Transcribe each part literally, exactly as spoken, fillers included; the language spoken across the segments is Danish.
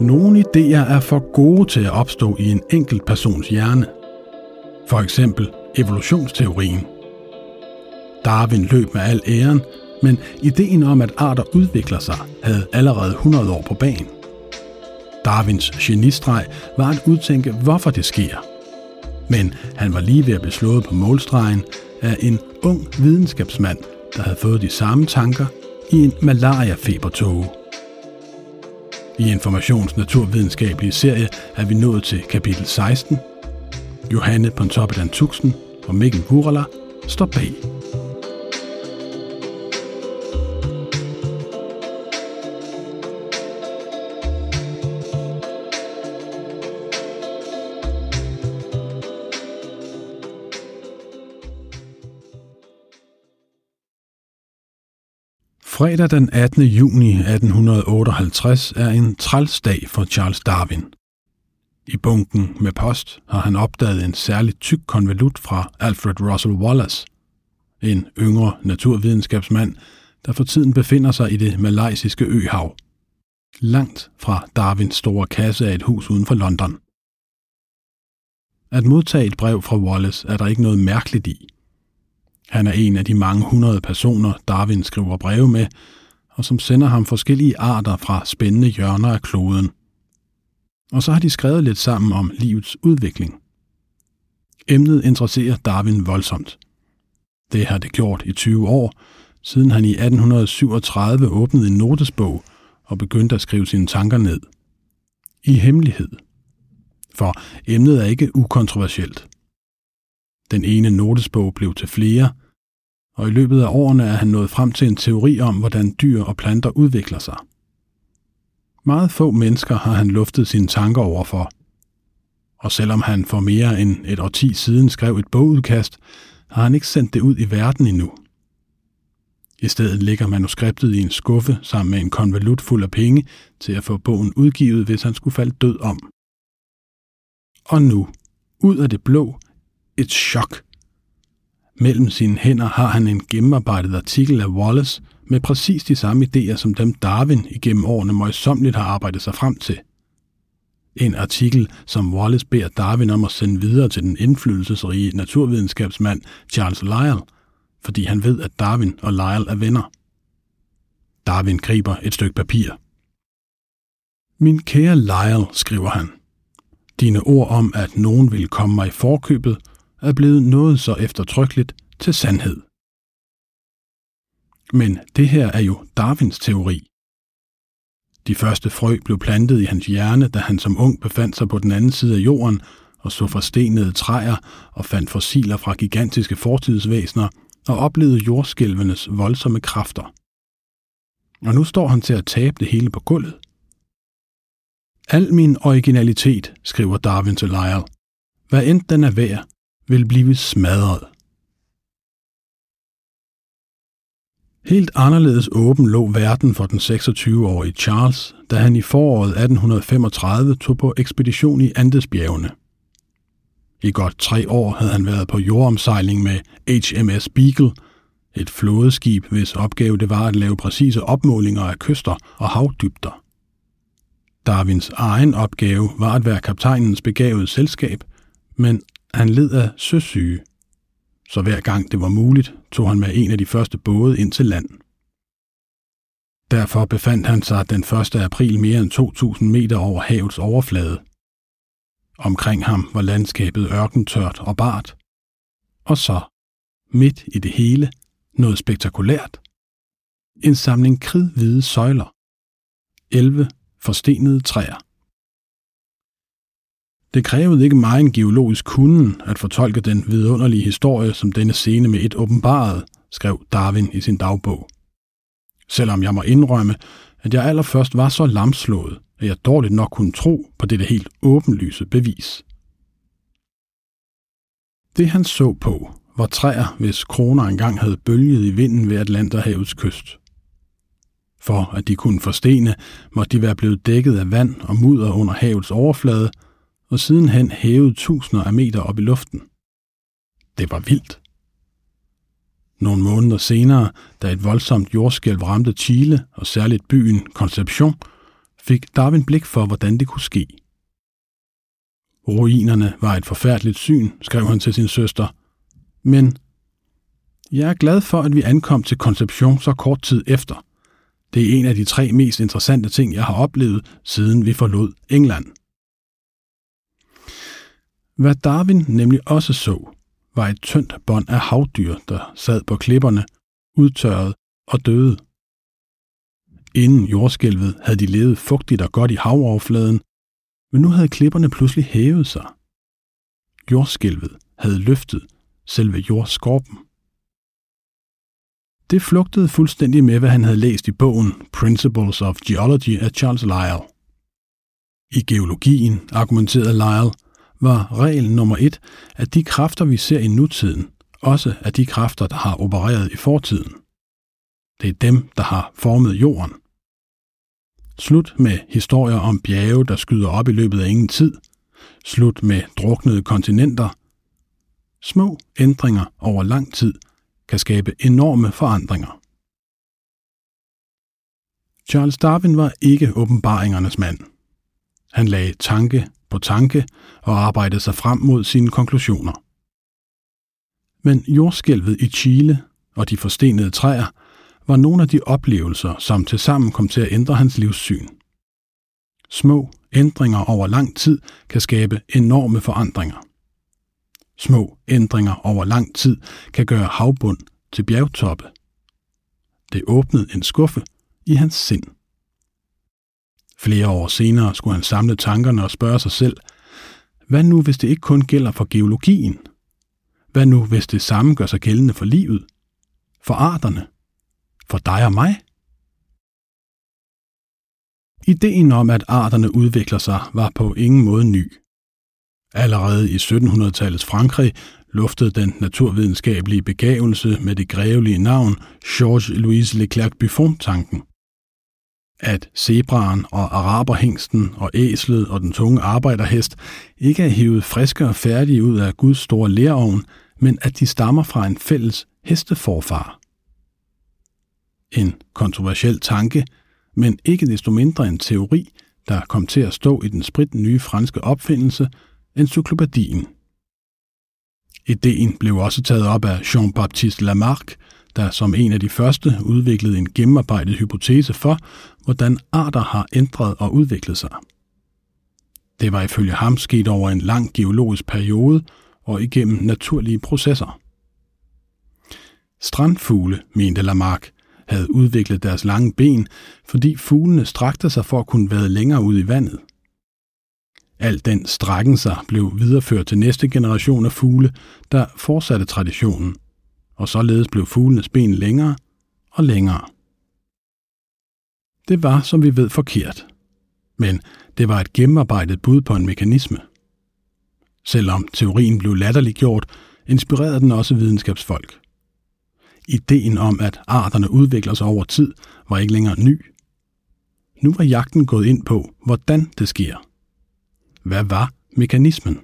Nogle idéer er for gode til at opstå i en enkelt persons hjerne. For eksempel evolutionsteorien. Darwin løb med al æren, men ideen om, at arter udvikler sig, havde allerede hundrede år på bagen. Darwins genistreg var at udtænke, hvorfor det sker. Men han var lige ved at blive slået på målstregen af en ung videnskabsmand, der havde fået de samme tanker i en malariafebertåge. I Informations naturvidenskabelige serie er vi nået til kapitel seksten. Johanne Pontoppidan Tuxen og Mikkel Burala står bag. Fredag den attende juni atten otteoghalvtreds er en trælsdag for Charles Darwin. I bunken med post har han opdaget en særligt tyk konvolut fra Alfred Russel Wallace, en yngre naturvidenskabsmand, der for tiden befinder sig i det malaysiske øhav, langt fra Darwins store kasse af et hus uden for London. At modtage et brev fra Wallace er der ikke noget mærkeligt i. Han er en af de mange hundrede personer, Darwin skriver breve med, og som sender ham forskellige arter fra spændende hjørner af kloden. Og så har de skrevet lidt sammen om livets udvikling. Emnet interesserer Darwin voldsomt. Det har det gjort i tyve år, siden han i atten syvogtredive åbnede en notesbog og begyndte at skrive sine tanker ned. I hemmelighed. For emnet er ikke ukontroversielt. Den ene notesbog blev til flere, og i løbet af årene er han nået frem til en teori om, hvordan dyr og planter udvikler sig. Meget få mennesker har han luftet sine tanker overfor. Og selvom han for mere end et årti siden skrev et bogudkast, har han ikke sendt det ud i verden endnu. I stedet ligger manuskriptet i en skuffe sammen med en konvolut fuld af penge til at få bogen udgivet, hvis han skulle falde død om. Og nu, ud af det blå, et chok. Mellem sine hænder har han en gennemarbejdet artikel af Wallace med præcis de samme idéer, som dem Darwin igennem årene møjsommeligt har arbejdet sig frem til. En artikel, som Wallace beder Darwin om at sende videre til den indflydelsesrige naturvidenskabsmand Charles Lyell, fordi han ved, at Darwin og Lyell er venner. Darwin griber et stykke papir. Min kære Lyell, skriver han. Dine ord om, at nogen ville komme mig i forkøbet, er blevet noget så eftertrykkeligt til sandhed. Men det her er jo Darwins teori. De første frø blev plantet i hans hjerne, da han som ung befandt sig på den anden side af jorden og så forstenede træer og fandt fossiler fra gigantiske fortidsvæsener og oplevede jordskælvenes voldsomme kræfter. Og nu står han til at tabe det hele på gulvet. Al min originalitet, skriver Darwin til Lyell, hvad end den er værd, vil blive smadret. Helt anderledes åben lå verden for den seksogtyve-årige Charles, da han i foråret atten femogtredive tog på ekspedition i Andesbjergene. I godt tre år havde han været på jordomsejling med H M S Beagle, et flådeskib, hvis opgave det var at lave præcise opmålinger af kyster og havdybder. Darwins egen opgave var at være kaptajnens begavede selskab, men han led af søsyge, så hver gang det var muligt, tog han med en af de første både ind til land. Derfor befandt han sig den første april mere end to tusind meter over havets overflade. Omkring ham var landskabet ørkentørt og bart. Og så, midt i det hele, noget spektakulært. En samling kridhvide søjler. elleve forstenede træer. Det krævede ikke megen geologisk kunden at fortolke den vidunderlige historie, som denne scene med et åbenbarede, skrev Darwin i sin dagbog. Selvom jeg må indrømme, at jeg allerførst var så lamslået, at jeg dårligt nok kunne tro på dette helt åbenlyse bevis. Det han så på, var træer, hvis kroner engang havde bølget i vinden ved Atlanterhavets kyst. For at de kunne forstene, måtte de være blevet dækket af vand og mudder under havets overflade, og sidenhen hævet tusinder af meter op i luften. Det var vildt. Nogle måneder senere, da et voldsomt jordskælv ramte Chile og særligt byen Concepción, fik Darwin blik for, hvordan det kunne ske. Ruinerne var et forfærdeligt syn, skrev han til sin søster, men jeg er glad for, at vi ankom til Conception så kort tid efter. Det er en af de tre mest interessante ting, jeg har oplevet, siden vi forlod England. Hvad Darwin nemlig også så, var et tyndt bånd af havdyr, der sad på klipperne, udtørret og døde. Inden jordskælvet havde de levet fugtigt og godt i havoverfladen, men nu havde klipperne pludselig hævet sig. Jordskælvet havde løftet selve jordskorpen. Det flugtede fuldstændig med, hvad han havde læst i bogen Principles of Geology af Charles Lyell. I geologien, argumenterede Lyell, var regel nummer et, at de kræfter, vi ser i nutiden, også er de kræfter, der har opereret i fortiden. Det er dem, der har formet jorden. Slut med historier om bjerge, der skyder op i løbet af ingen tid. Slut med druknede kontinenter. Små ændringer over lang tid kan skabe enorme forandringer. Charles Darwin var ikke åbenbaringernes mand. Han lagde tanke på tanke og arbejdede sig frem mod sine konklusioner. Men jordskælvet i Chile og de forstenede træer var nogle af de oplevelser, som tilsammen kom til at ændre hans livssyn. Små ændringer over lang tid kan skabe enorme forandringer. Små ændringer over lang tid kan gøre havbund til bjergtoppe. Det åbnede en skuffe i hans sind. Flere år senere skulle han samle tankerne og spørge sig selv, hvad nu hvis det ikke kun gælder for geologien? Hvad nu hvis det samme gør sig gældende for livet? For arterne? For dig og mig? Ideen om, at arterne udvikler sig, var på ingen måde ny. Allerede i syttenhundredetallets Frankrig luftede den naturvidenskabelige begavelse med det grevelige navn Georges-Louis Leclerc-Buffon tanken. At zebraen og araberhængsten og æslet og den tunge arbejderhest ikke er hivet friske og færdige ud af Guds store lerovn, men at de stammer fra en fælles hesteforfar. En kontroversiel tanke, men ikke desto mindre en teori, der kom til at stå i den spritne nye franske opfindelse, encyklopædien. Ideen blev også taget op af Jean-Baptiste Lamarck, der som en af de første udviklede en gennemarbejdet hypotese for, hvordan arter har ændret og udviklet sig. Det var ifølge ham sket over en lang geologisk periode og igennem naturlige processer. Strandfugle, mente Lamarck, havde udviklet deres lange ben, fordi fuglene strakte sig for at kunne vade længere ud i vandet. Al den strækken sig blev videreført til næste generation af fugle, der fortsatte traditionen, og således blev fuglenes ben længere og længere. Det var, som vi ved, forkert, men det var et gennemarbejdet bud på en mekanisme. Selvom teorien blev latterliggjort, inspirerede den også videnskabsfolk. Ideen om, at arterne udvikler sig over tid, var ikke længere ny. Nu var jagten gået ind på, hvordan det sker. Hvad var mekanismen?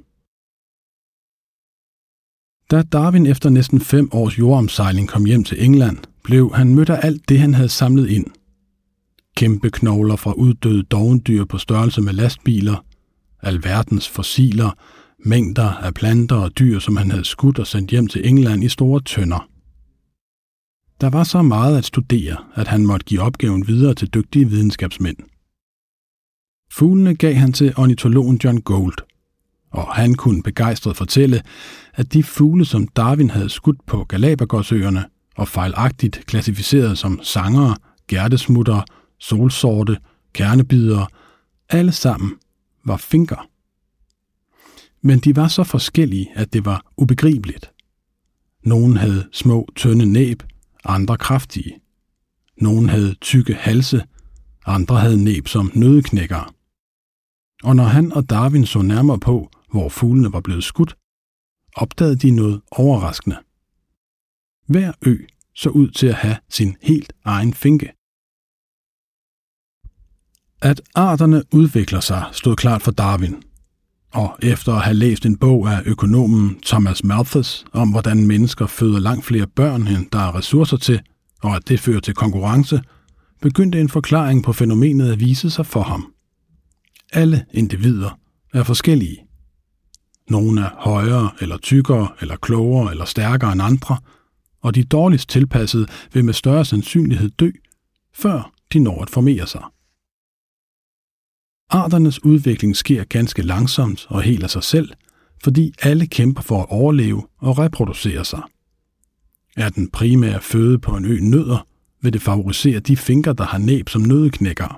Da Darwin efter næsten fem års jordomsejling kom hjem til England, blev han mødt af alt det, han havde samlet ind. Kæmpe knogler fra uddøde dovendyr på størrelse med lastbiler, alverdens fossiler, mængder af planter og dyr, som han havde skudt og sendt hjem til England i store tønder. Der var så meget at studere, at han måtte give opgaven videre til dygtige videnskabsmænd. Fuglene gav han til ornitologen John Gould, og han kunne begejstret fortælle, at de fugle, som Darwin havde skudt på Galapagosøerne og fejlagtigt klassificeret som sangere, gærtesmuttere, solsorte, kernebidere, alle sammen var finker. Men de var så forskellige, at det var ubegribeligt. Nogle havde små, tynde næb, andre kraftige. Nogle havde tykke halse, andre havde næb som nøddeknækkere. Og når han og Darwin så nærmere på, hvor fuglene var blevet skudt, opdagede de noget overraskende. Hver ø så ud til at have sin helt egen finke. At arterne udvikler sig stod klart for Darwin, og efter at have læst en bog af økonomen Thomas Malthus om, hvordan mennesker føder langt flere børn, end der er ressourcer til, og at det fører til konkurrence, begyndte en forklaring på fænomenet at vise sig for ham. Alle individer er forskellige. Nogle er højere eller tykkere eller klogere eller stærkere end andre, og de dårligst tilpassede vil med større sandsynlighed dø, før de når at formere sig. Arternes udvikling sker ganske langsomt og helt af sig selv, fordi alle kæmper for at overleve og reproducere sig. Er den primære føde på en ø nødder, vil det favorisere de finker, der har næb som nøddeknækkere.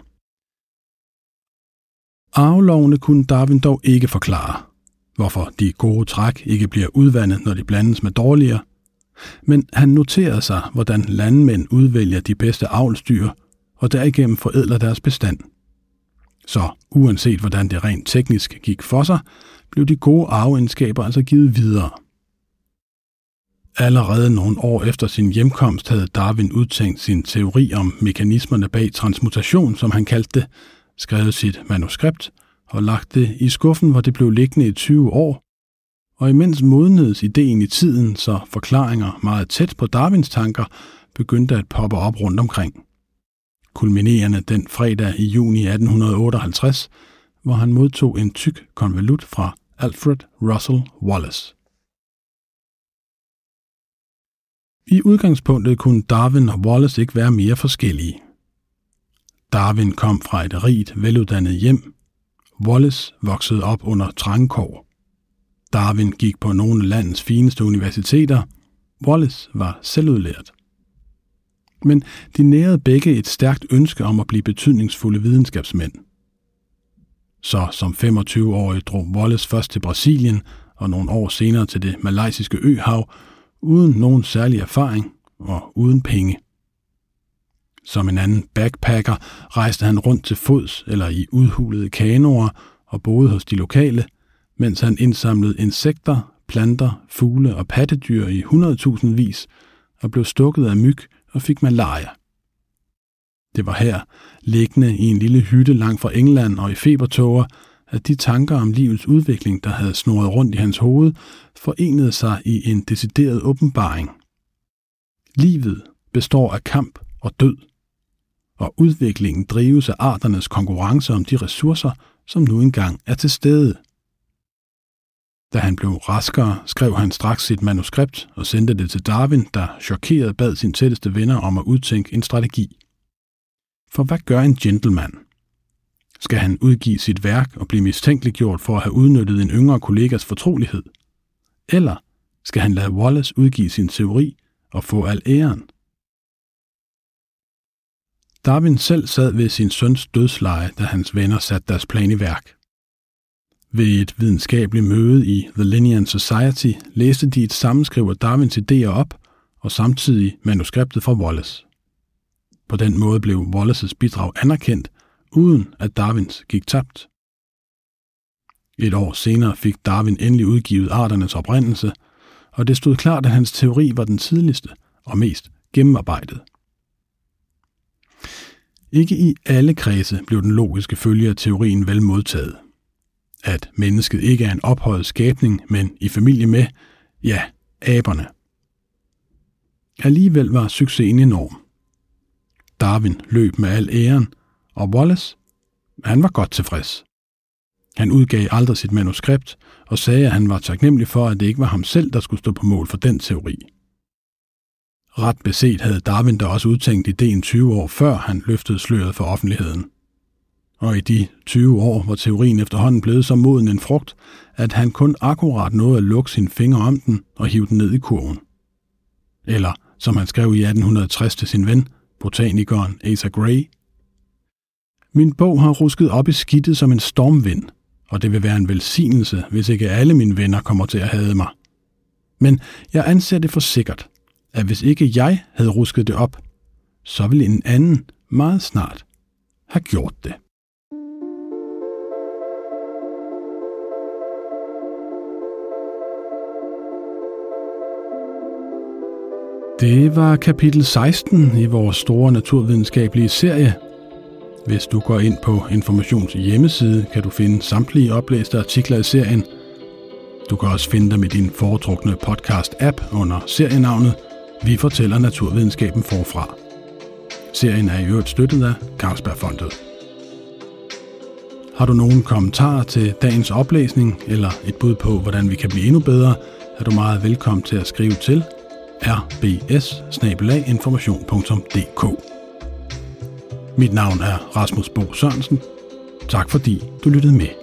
Arvelovene kunne Darwin dog ikke forklare, hvorfor de gode træk ikke bliver udvandet, når de blandes med dårligere, men han noterede sig, hvordan landmænd udvælger de bedste avlsdyr og derigennem forædler deres bestand. Så uanset hvordan det rent teknisk gik for sig, blev de gode arveegenskaber altså givet videre. Allerede nogle år efter sin hjemkomst havde Darwin udtænkt sin teori om mekanismerne bag transmutation, som han kaldte det, skrevet sit manuskript og lagt det i skuffen, hvor det blev liggende i tyve år, og imens modnedes ideen i tiden, så forklaringer meget tæt på Darwins tanker begyndte at poppe op rundt omkring. Kulminerende den fredag i juni atten otteoghalvtreds, hvor han modtog en tyk konvolut fra Alfred Russel Wallace. I udgangspunktet kunne Darwin og Wallace ikke være mere forskellige. Darwin kom fra et rigt, veluddannet hjem. Wallace voksede op under trangkår. Darwin gik på nogle af landets fineste universiteter. Wallace var selvudlært. Men de nærede begge et stærkt ønske om at blive betydningsfulde videnskabsmænd. Så som femogtyve-årig drog Wallace først til Brasilien og nogle år senere til det malaysiske øhav, uden nogen særlig erfaring og uden penge. Som en anden backpacker rejste han rundt til fods eller i udhulede kanoer og boede hos de lokale, mens han indsamlede insekter, planter, fugle og pattedyr i hundredtusindvis og blev stukket af myg og fik malaria. Det var her, liggende i en lille hytte langt fra England og i febertåger, at de tanker om livets udvikling, der havde snurret rundt i hans hoved, forenede sig i en decideret åbenbaring. Livet består af kamp og død, og udviklingen drives af arternes konkurrence om de ressourcer, som nu engang er til stede. Da han blev raskere, skrev han straks sit manuskript og sendte det til Darwin, der chokeret bad sine tætteste venner om at udtænke en strategi. For hvad gør en gentleman? Skal han udgive sit værk og blive mistænkeliggjort for at have udnyttet en yngre kollegas fortrolighed? Eller skal han lade Wallace udgive sin teori og få al æren? Darwin selv sad ved sin søns dødsleje, da hans venner satte deres plan i værk. Ved et videnskabeligt møde i The Linnean Society læste de et sammenskriv af Darwins idéer op og samtidig manuskriptet fra Wallace. På den måde blev Wallaces bidrag anerkendt, uden at Darwins gik tabt. Et år senere fik Darwin endelig udgivet arternes oprindelse, og det stod klart, at hans teori var den tidligste og mest gennemarbejdet. Ikke i alle kredse blev den logiske følge af teorien vel modtaget. At mennesket ikke er en ophøjet skabning, men i familie med, ja, aberne. Alligevel var succesen enorm. Darwin løb med al æren, og Wallace, han var godt tilfreds. Han udgav aldrig sit manuskript og sagde, at han var taknemmelig for, at det ikke var ham selv, der skulle stå på mål for den teori. Ret beset havde Darwin da også udtænkt ideen tyve år før han løftede sløret for offentligheden. Og i de tyve år var teorien efterhånden blevet så moden en frugt, at han kun akkurat nåede at lukke sine fingre om den og hive den ned i kurven. Eller, som han skrev i atten tres til sin ven, botanikeren Asa Gray: Min bog har rusket op i skidtet som en stormvind, og det vil være en velsignelse, hvis ikke alle mine venner kommer til at hade mig. Men jeg anser det for sikkert, at hvis ikke jeg havde rusket det op, så ville en anden meget snart have gjort det. Det var kapitel seksten i vores store naturvidenskabelige serie. Hvis du går ind på Informations hjemmeside, kan du finde samtlige oplæste artikler i serien. Du kan også finde dem i din foretrukne podcast-app under serienavnet Vi fortæller naturvidenskaben forfra. Serien er i øvrigt støttet af Carlsbergfondet. Har du nogle kommentarer til dagens oplæsning eller et bud på, hvordan vi kan blive endnu bedre, er du meget velkommen til at skrive til r b s bindestreg information punktum d k. Mit navn er Rasmus Bo Sørensen. Tak fordi du lyttede med.